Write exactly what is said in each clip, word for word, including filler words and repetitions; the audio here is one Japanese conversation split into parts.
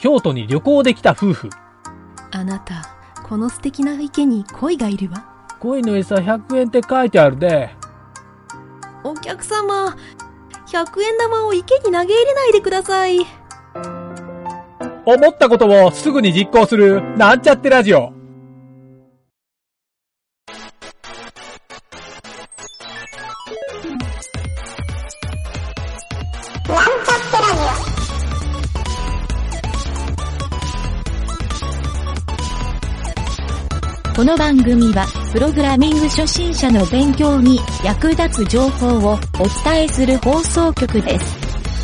京都に旅行できた夫婦。 あなた、この素敵な池に鯉がいるわ。 鯉の餌ひゃくえんって書いてあるで。 お客様、ひゃくえん玉を池に投げ入れないでください。 思ったことをすぐに実行するなんちゃってラジオ。 この番組はプログラミング初心者の勉強に役立つ情報をお伝えする放送局です。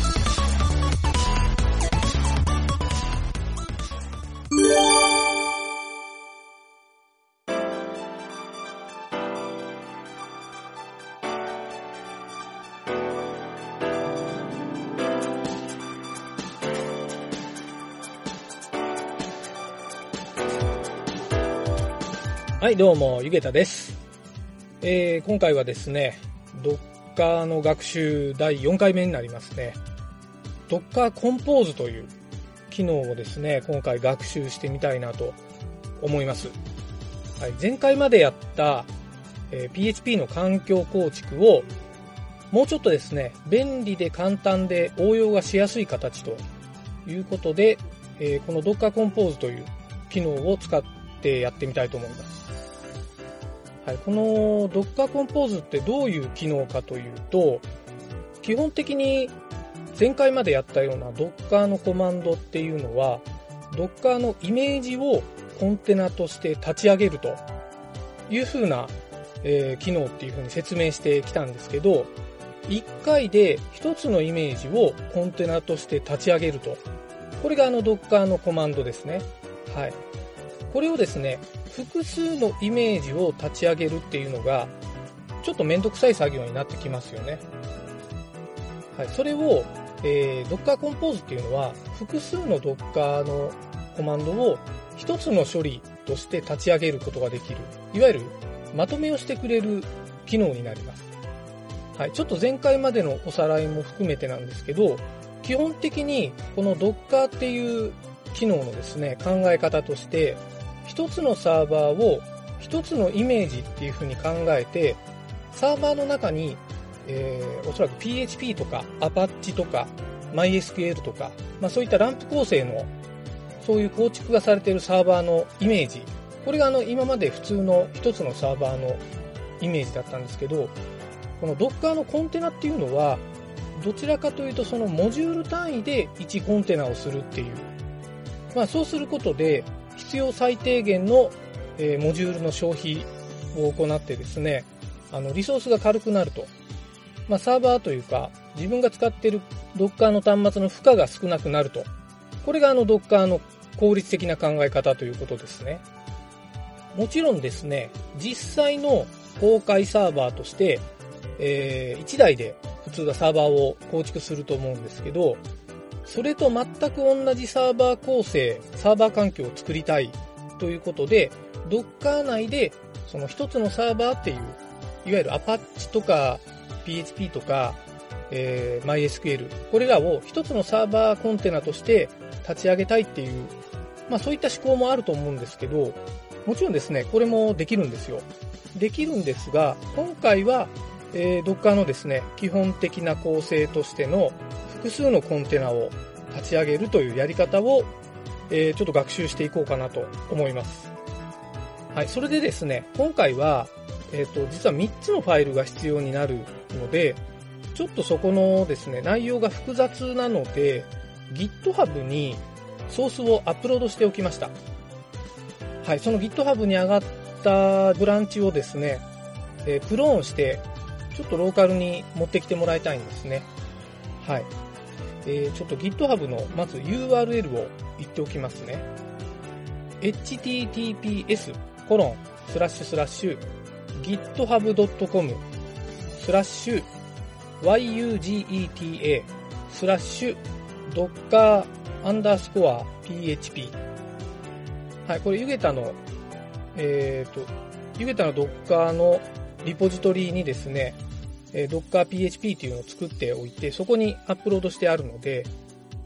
はい、どうも、ゆげたです。えー、今回はですね、Docker の学習だいよんかいめになりますね。Docker Compose という機能をですね、今回学習してみたいなと思います。はい、前回までやった、えー、ピーエイチピー の環境構築をもうちょっとですね、便利で簡単で応用がしやすい形ということで、えー、この Docker Compose という機能を使ってやってみたいと思います。はい、この Docker Compose ってどういう機能かというと、基本的に前回までやったような Docker のコマンドっていうのは Docker のイメージをコンテナとして立ち上げるという風な、えー、機能っていう風に説明してきたんですけど、いっかいでひとつのイメージをコンテナとして立ち上げると、これがあの Docker のコマンドですね。はい。これをですね、複数のイメージを立ち上げるっていうのがちょっとめんどくさい作業になってきますよね。はい、それを、えー、Docker Compose っていうのは複数の Docker のコマンドを一つの処理として立ち上げることができる、いわゆるまとめをしてくれる機能になります。はい、ちょっと前回までのおさらいも含めてなんですけど、基本的にこの Docker っていう機能のですね、考え方として一つのサーバーを一つのイメージっていう風に考えて、サーバーの中に、えー、おそらく ピーエイチピー とか Apache とか MySQL とか、まあそういったランプ構成のそういう構築がされているサーバーのイメージ、これがあの今まで普通の一つのサーバーのイメージだったんですけど、この Docker のコンテナっていうのはどちらかというとそのモジュール単位でいちコンテナをするっていう、まあそうすることで必要最低限の、えー、モジュールの消費を行ってですね、あのリソースが軽くなると、まあ、サーバーというか自分が使っている Docker の端末の負荷が少なくなると、これがあの Docker の効率的な考え方ということですね。もちろんですね、実際の公開サーバーとして、えー、いちだいで普通はサーバーを構築すると思うんですけど、それと全く同じサーバー構成、サーバー環境を作りたいということで、Docker 内でその一つのサーバーっていう、いわゆる Apache とか ピーエイチピー とか、えー、MySQL、これらを一つのサーバーコンテナとして立ち上げたいっていう、まあそういった思考もあると思うんですけど、もちろんですね、これもできるんですよ。できるんですが、今回は、えー、Docker のですね、基本的な構成としての複数のコンテナを立ち上げるというやり方を、えー、ちょっと学習していこうかなと思います。はい、それでですね、今回は、えっと、実はみっつのファイルが必要になるので、ちょっとそこのですね、内容が複雑なので、GitHub にソースをアップロードしておきました。はい、その GitHub に上がったブランチをですね、えー、クローンして、ちょっとローカルに持ってきてもらいたいんですね。はい。えー、ちょっと GitHub のまず ユーアールエル を言っておきますね。エイチティーティーピーエスコロンスラッシュスラッシュ ギットハブドットコム スラッシュ ワイユージーイーティーエー スラッシュ docker アンダースコア ピーエイチピー。はい、これユゲタのえっとユゲタの Docker のリポジトリにですね、Docker ピーエイチピー っていうのを作っておいて、そこにアップロードしてあるので、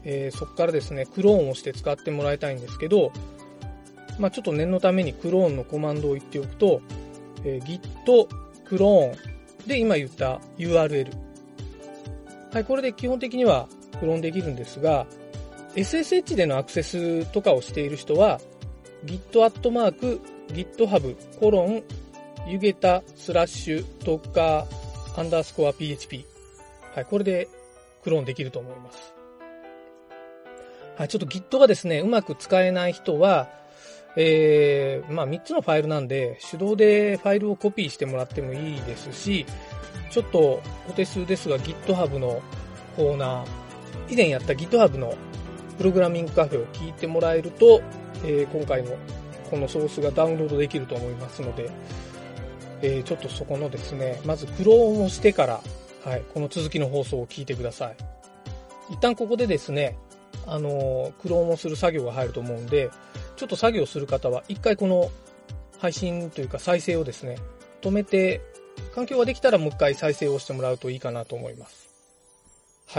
えー、そこからですね、クローンをして使ってもらいたいんですけど、まあ、ちょっと念のためにクローンのコマンドを言っておくと、えー、git クローンで今言った ユーアールエル。はい、これで基本的にはクローンできるんですが、エスエスエイチ でのアクセスとかをしている人は、git アットマーク github コロンユゲタスラッシュドッカーアンダースコア ピーエイチピー。はい、これでクローンできると思います。はい、ちょっと Git がですね、うまく使えない人は、えー、まあみっつのファイルなんで、手動でファイルをコピーしてもらってもいいですし、ちょっとお手数ですが GitHub のコーナー、以前やった GitHub のプログラミングカフェを聞いてもらえると、えー、今回のこのソースがダウンロードできると思いますので、えー、ちょっとそこのですね、まずクローンをしてから、はい、この続きの放送を聞いてください。一旦ここでですね、あのー、クローンをする作業が入ると思うんで、ちょっと作業する方は一回この配信というか再生をですね、止めて、環境ができたらもう一回再生をしてもらうといいかなと思います。はい。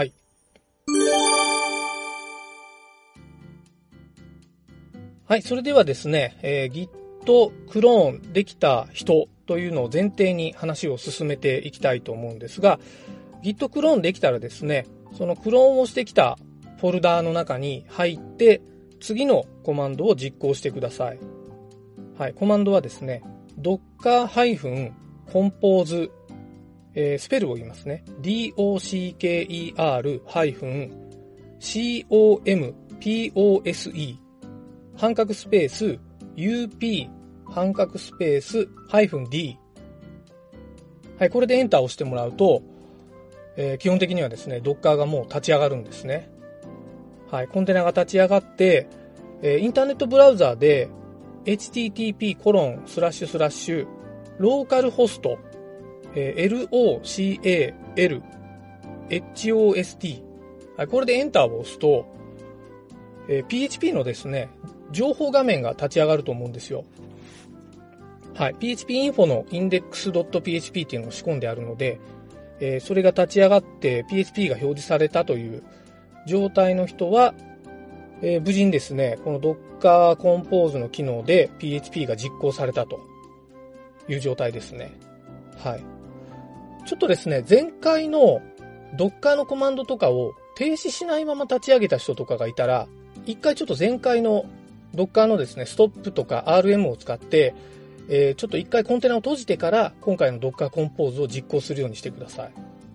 はい、それではですね、えー、Git クローンできた人というのを前提に話を進めていきたいと思うんですが、Git クローンできたらですね、そのクローンをしてきたフォルダーの中に入って、次のコマンドを実行してください。はい、コマンドはですね、docker-compose、えー、スペルを言いますね。docker-compose 半角スペース up 半角スペース -d。はい、これでエンターを押してもらうと、えー、基本的にはですね、Docker がもう立ち上がるんですね。はい、コンテナが立ち上がって、えー、インターネットブラウザーで エイチティーティーピーコロンスラッシュスラッシュローカルホスト エルオーシーエーエルエイチオーエスティー、はい、これでエンターを押すと、えー、ピーエイチピー のですね、情報画面が立ち上がると思うんですよ。はい、ピーエイチピー インフォの インデックスドットピーエイチピー っていうのを仕込んであるので、えー、それが立ち上がって ピーエイチピー が表示されたという状態の人は、えー、無事にですね、この Docker Compose の機能で ピーエイチピー が実行されたという状態ですね。はい。ちょっとですね、前回の Docker のコマンドとかを停止しないまま立ち上げた人とかがいたら、一回ちょっと前回の Docker のですね、ストップとか アールエム を使って、えー、ちょっと一回コンテナを閉じてから今回の Docker Compose を実行するようにしてください。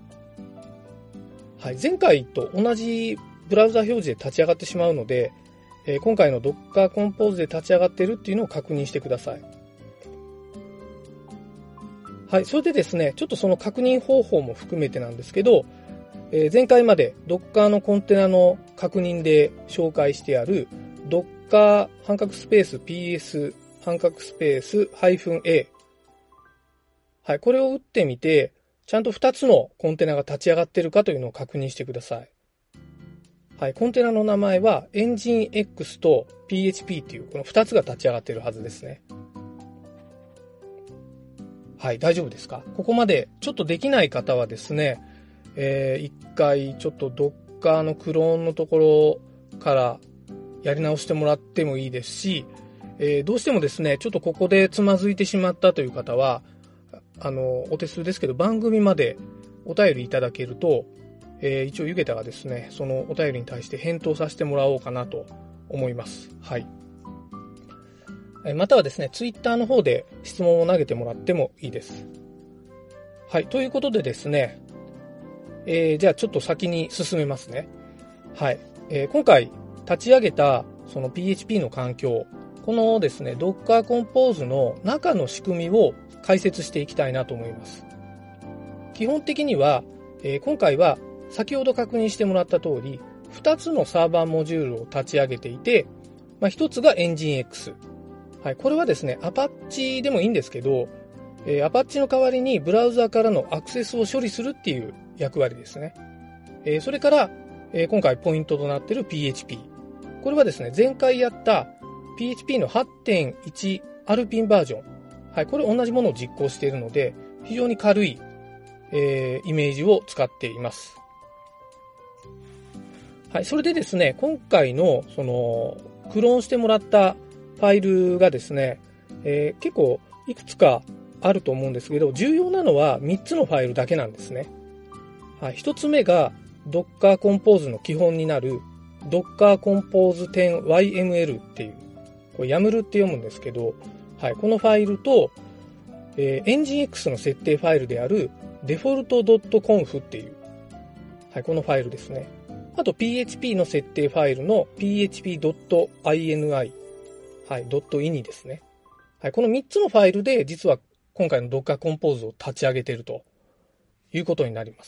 はい、前回と同じブラウザ表示で立ち上がってしまうので、えー、今回の Docker Compose で立ち上がっているっていうのを確認してください。はい、それでですね、ちょっとその確認方法も含めてなんですけど、えー、前回まで Docker のコンテナの確認で紹介してある Docker 半角スペース ps 半角スペース -a。はい、これを打ってみて、ちゃんとふたつのコンテナが立ち上がっているかというのを確認してください。はい、コンテナの名前は Nginx と ピーエイチピー っていうこのふたつが立ち上がっているはずですね。はい、大丈夫ですか？ここまでちょっとできない方はですね、えー、一回ちょっと Docker のクローンのところからやり直してもらってもいいですし、えー、どうしてもですね、ちょっとここでつまずいてしまったという方は、あの、お手数ですけど番組までお便りいただけると、えー、一応ゆげたがですね、そのお便りに対して返答させてもらおうかなと思います。はい。またはですね、ツイッターの方で質問を投げてもらってもいいです。はい。ということでですね、えー、じゃあちょっと先に進めますね。はい。えー、今回立ち上げたその ピーエイチピー の環境、このですね、Docker Compose の中の仕組みを解説していきたいなと思います。基本的には、えー、今回は先ほど確認してもらった通り、ふたつのサーバーモジュールを立ち上げていて、まあ、ひとつが Nginx。はい、これはですね、Apache でもいいんですけど、えー、Apache の代わりにブラウザからのアクセスを処理するっていう役割ですね。えー、それから、えー、今回ポイントとなっている ピーエイチピー。これはですね、前回やった ピーエイチピー の はちてんいち アルピンバージョン。はい、これ同じものを実行しているので、非常に軽い、えー、イメージを使っています。 はい、それでですね、今回の、その、クローンしてもらったファイルがですね、えー、結構いくつかあると思うんですけど、重要なのはみっつのファイルだけなんですね。はい、ひとつめが Docker Compose の基本になる Docker Compose テンワイエムエル っていう、これ ヤムル って読むんですけど、はい、このファイルと、えー、エンジンエックス の設定ファイルである default.conf っていう、はい、このファイルですね。あと ピーエイチピー の設定ファイルの ピーエイチピードットアイエヌアイ、はい、.ini ですね。はい、このみっつのファイルで実は今回の Docker Compose を立ち上げているということになります。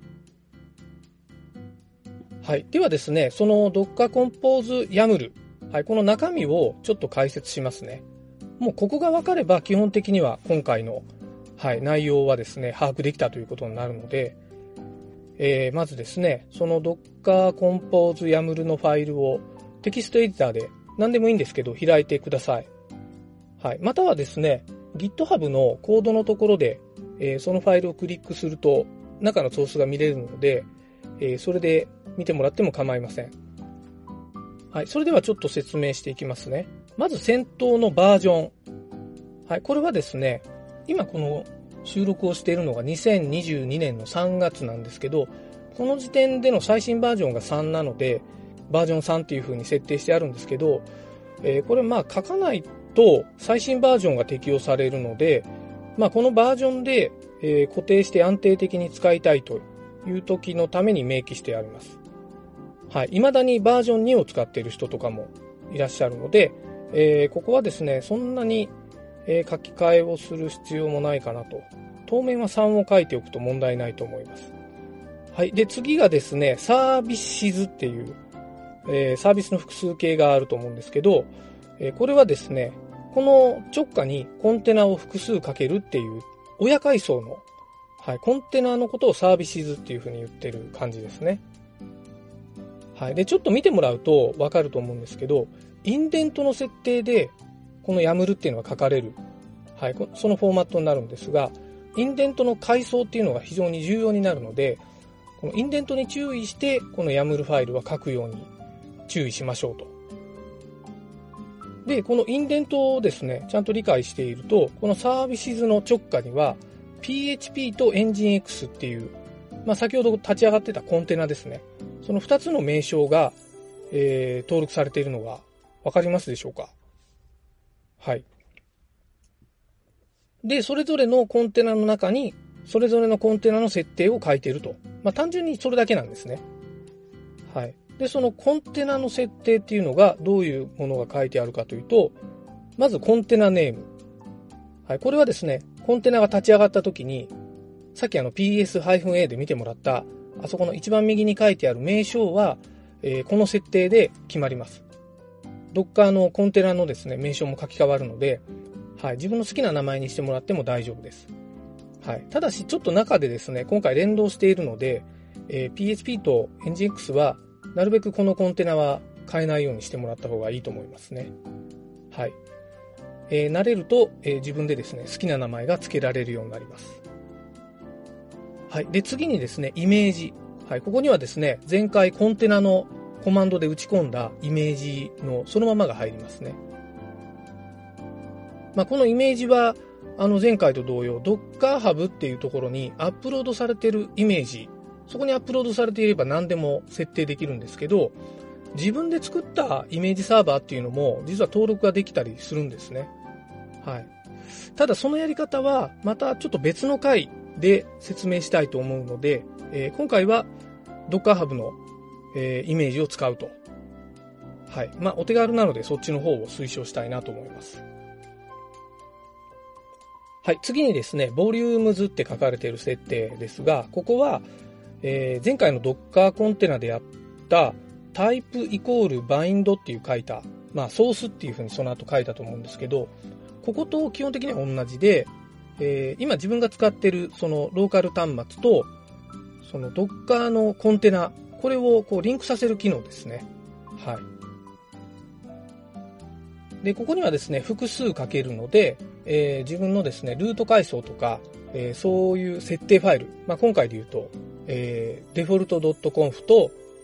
はい。ではですね、その Docker Compose ヤムル、はい、この中身をちょっと解説しますね。もうここが分かれば基本的には今回の、はい、内容はですね、把握できたということになるので、えー、まずですね、その Docker Compose ヤムルのファイルをテキストエディターで何でもいいんですけど開いてください。はい。またはですね、GitHub のコードのところで、えー、そのファイルをクリックすると中のソースが見れるので、えー、それで見てもらっても構いません。はい。それではちょっと説明していきますね。まず先頭のバージョン。はい。これはですね、今この収録をしているのがにせんにじゅうにねんのさんがつなんですけど、この時点での最新バージョンがさんなので、バージョンさんっていう風に設定してあるんですけど、えー、これまあ書かないと最新バージョンが適用されるので、まあこのバージョンで、えー、固定して安定的に使いたいという時のために明記してあります。はい。未だにバージョンにを使っている人とかもいらっしゃるので、えー、ここはですね、そんなにえー、書き換えをする必要もないかなと。当面はさんを書いておくと問題ないと思います。はい。で、次がですね、サービスズっていう、えー、サービスの複数形があると思うんですけど、えー、これはですね、この直下にコンテナを複数かけるっていう親階層の、はい、コンテナのことをサービスズっていうふうに言ってる感じですね。はい。で、ちょっと見てもらうとわかると思うんですけど、インデントの設定でこのヤムルっていうのが書かれる、はい、そのフォーマットになるんですが、インデントの階層っていうのが非常に重要になるので、このインデントに注意して、このヤムルファイルは書くように注意しましょうと。で、このインデントをですね、ちゃんと理解していると、このサービスズの直下には、ピーエイチピー とエンジンエックスっていう、まあ、先ほど立ち上がってたコンテナですね。そのふたつの名称が、えー、登録されているのがわかりますでしょうか？はい。で、それぞれのコンテナの中に、それぞれのコンテナの設定を書いていると。まあ、単純にそれだけなんですね。はい。で、そのコンテナの設定っていうのが、どういうものが書いてあるかというと、まずコンテナネーム。はい。これはですね、コンテナが立ち上がった時に、さっきあの ピーエスエー で見てもらった、あそこの一番右に書いてある名称は、えー、この設定で決まります。Docker のコンテナのですね、名称も書き換わるので、はい、自分の好きな名前にしてもらっても大丈夫です。はい。ただし、ちょっと中でですね、今回連動しているので、えー、ピーエイチピー と エンジンエックス は、なるべくこのコンテナは変えないようにしてもらった方がいいと思いますね。はい。えー、慣れると、えー、自分でですね、好きな名前が付けられるようになります。はい。で、次にですね、イメージ。はい。ここにはですね、前回コンテナのコマンドで打ち込んだイメージのそのままが入りますね。まあ、このイメージは、あの前回と同様、Docker Hub っていうところにアップロードされているイメージ、そこにアップロードされていれば何でも設定できるんですけど、自分で作ったイメージサーバーっていうのも実は登録ができたりするんですね。はい。ただそのやり方はまたちょっと別の回で説明したいと思うので、えー、今回は Docker Hub のえー、イメージを使うと。はい。まあ、お手軽なのでそっちの方を推奨したいなと思います。はい。次にですね、volumes って書かれている設定ですが、ここは、えー、前回の Docker コンテナでやったタイプイコール bind っていう書いた、まあ、ソースっていうふうにその後書いたと思うんですけど、ここと基本的には同じで、えー、今自分が使っているそのローカル端末と、その Docker のコンテナ、これをこうリンクさせる機能ですね。はい。で、ここにはですね、複数書けるので、えー、自分のですね、ルート階層とか、えー、そういう設定ファイル、まあ、今回で言うと、えー、デフォルト .conf と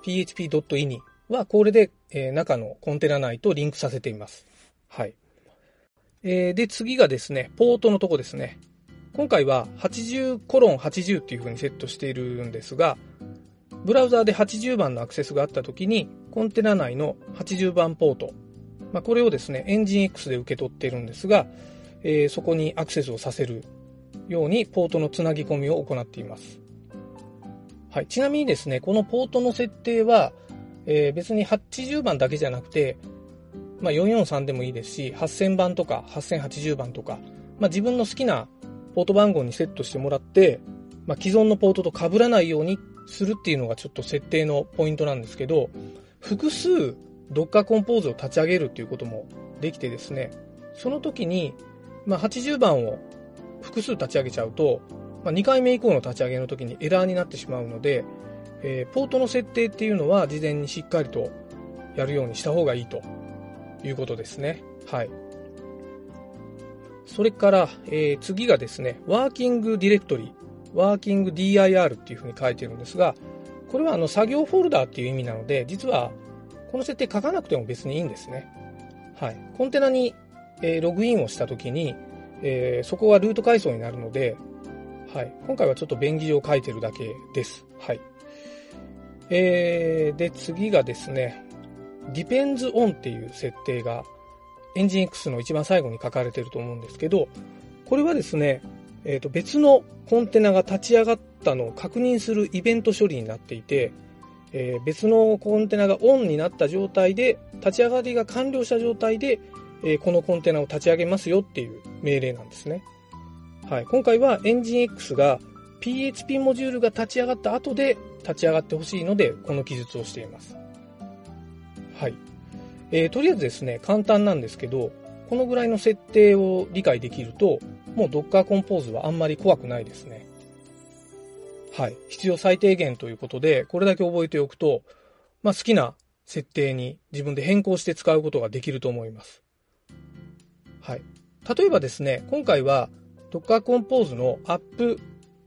ピーエイチピードットイニ はこれで、えー、中のコンテナ内とリンクさせています。はい。えー、で、次がですね、ポートのとこですね。今回は はちじゅうコロンはちじゅう っていう風にセットしているんですが、ブラウザーではちじゅうばんのアクセスがあったときに、コンテナ内のはちじゅうばんポート、まあ、これをですね、エンジン X で受け取っているんですが、えー、そこにアクセスをさせるようにポートのつなぎ込みを行っています。はい。ちなみにですね、このポートの設定は、えー、別にはちじゅうばんだけじゃなくて、まあ、よんよんさんでもいいですし、はっせんばんとかはっせんはちじゅうばんとか、まあ、自分の好きなポート番号にセットしてもらって、まあ、既存のポートと被らないようにするっていうのがちょっと設定のポイントなんですけど、複数 Docker Compose を立ち上げるっていうこともできてですね、その時に、まあ、はちじゅうばんを複数立ち上げちゃうと、まあ、にかいめ以降の立ち上げの時にエラーになってしまうので、えー、ポートの設定っていうのは事前にしっかりとやるようにした方がいいということですね。はい。それから、えー、次がですね、ワーキングディレクトリ、ワーキング ディーアイアール っていうふうに書いてるんですが、これはあの作業フォルダーっていう意味なので、実はこの設定書かなくても別にいいんですね。はい。コンテナに、えー、ログインをしたときに、えー、そこがルート階層になるので、はい。今回はちょっと便宜上書いてるだけです。はい。えー、で、次がですね、depends on っていう設定がエンジン X の一番最後に書かれてると思うんですけど、これはですね、えーと、別のコンテナが立ち上がったのを確認するイベント処理になっていて、えー、別のコンテナがオンになった状態で、立ち上がりが完了した状態で、えー、このコンテナを立ち上げますよっていう命令なんですね。はい。今回はエンジン X が ピーエイチピー モジュールが立ち上がった後で立ち上がってほしいので、この記述をしています。はい。えー、とりあえずですね、簡単なんですけど、このぐらいの設定を理解できると、もう Docker Compose はあんまり怖くないですね。はい。必要最低限ということで、これだけ覚えておくと、まあ、好きな設定に自分で変更して使うことができると思います。はい。例えばですね、今回は Docker Compose の アップ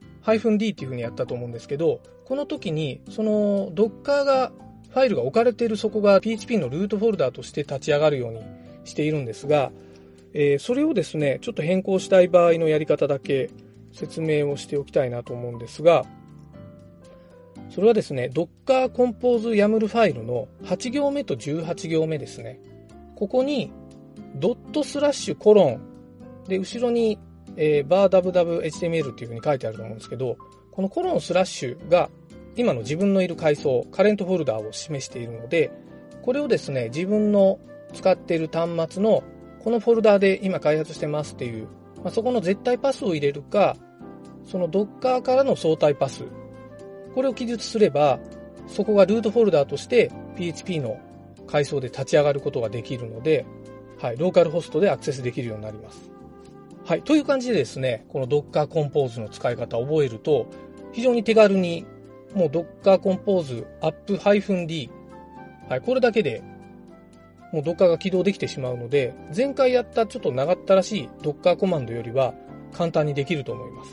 -D っていう風にやったと思うんですけど、この時に、その Docker がファイルが置かれているそこが ピーエイチピー のルートフォルダーとして立ち上がるようにしているんですが、えー、それをですね、ちょっと変更したい場合のやり方だけ説明をしておきたいなと思うんですが、それはですね、Docker Compose ヤムル ファイルのはち行目とじゅうはち行目ですね。ここにドットスラッシュコロンで後ろに、えー、バー ダブダブエイチティーエムエル っていう風に書いてあると思うんですけど、このコロンスラッシュが今の自分のいる階層、カレントフォルダーを示しているので、これをですね、自分の使っている端末のこのフォルダーで今開発してますっていう、まあ、そこの絶対パスを入れるか、その Docker からの相対パス、これを記述すれば、そこがルートフォルダーとして ピーエイチピー の階層で立ち上がることができるので、はい、ローカルホストでアクセスできるようになります。はい、という感じでですね、この Docker Compose の使い方を覚えると、非常に手軽に、もう Docker Compose アップ -D、はい、これだけで、もう Docker が起動できてしまうので、前回やったちょっと長ったらしい Docker コマンドよりは簡単にできると思います。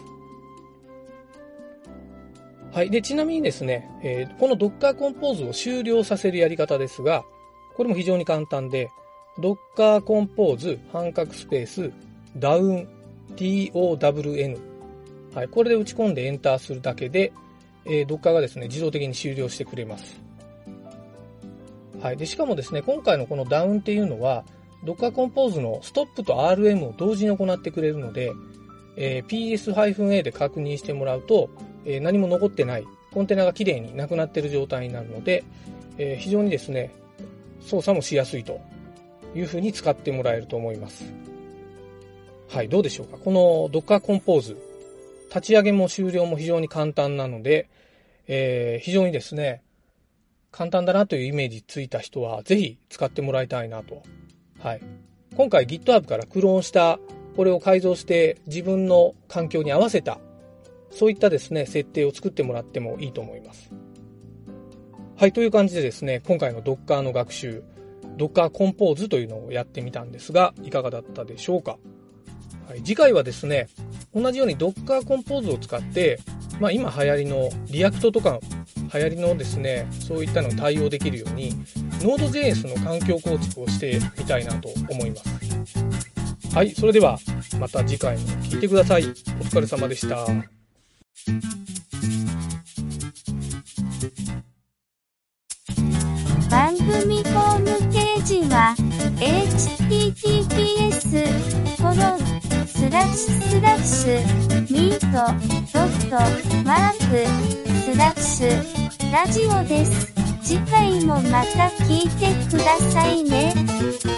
はい。で、ちなみにですね、えー、この Docker Compose を終了させるやり方ですが、これも非常に簡単で、Docker Compose 半角スペース down down、はい。これで打ち込んでエンターするだけで、えー、Docker がですね、自動的に終了してくれます。はい。で、しかもですね、今回のこの Down っていうのは、Docker Compose のストップと アールエム を同時に行ってくれるので、えー、ピーエス -A で確認してもらうと、えー、何も残ってない、コンテナがきれいになくなっている状態になるので、えー、非常にですね、操作もしやすいというふうに使ってもらえると思います。はい、どうでしょうか。この Docker Compose、立ち上げも終了も非常に簡単なので、えー、非常にですね、簡単だなというイメージついた人は、ぜひ使ってもらいたいなと。はい。今回 GitHub からクローンした、これを改造して自分の環境に合わせた、そういったですね、設定を作ってもらってもいいと思います。はい、という感じでですね、今回の Docker の学習、Docker Compose というのをやってみたんですが、いかがだったでしょうか。はい、次回はですね、同じように Docker Compose を使って、まあ今流行りのリアクトとか流行りのですね、そういったのに対応できるように ノードジェイエス の環境構築をしてみたいなと思います。はい、それではまた次回も聞いてください。お疲れ様でした。 番組ホームページは エイチティーティーピーエス コロンスラッシュスラッシュミートドットマークスラッシュラジオです。次回もまた聞いてくださいね。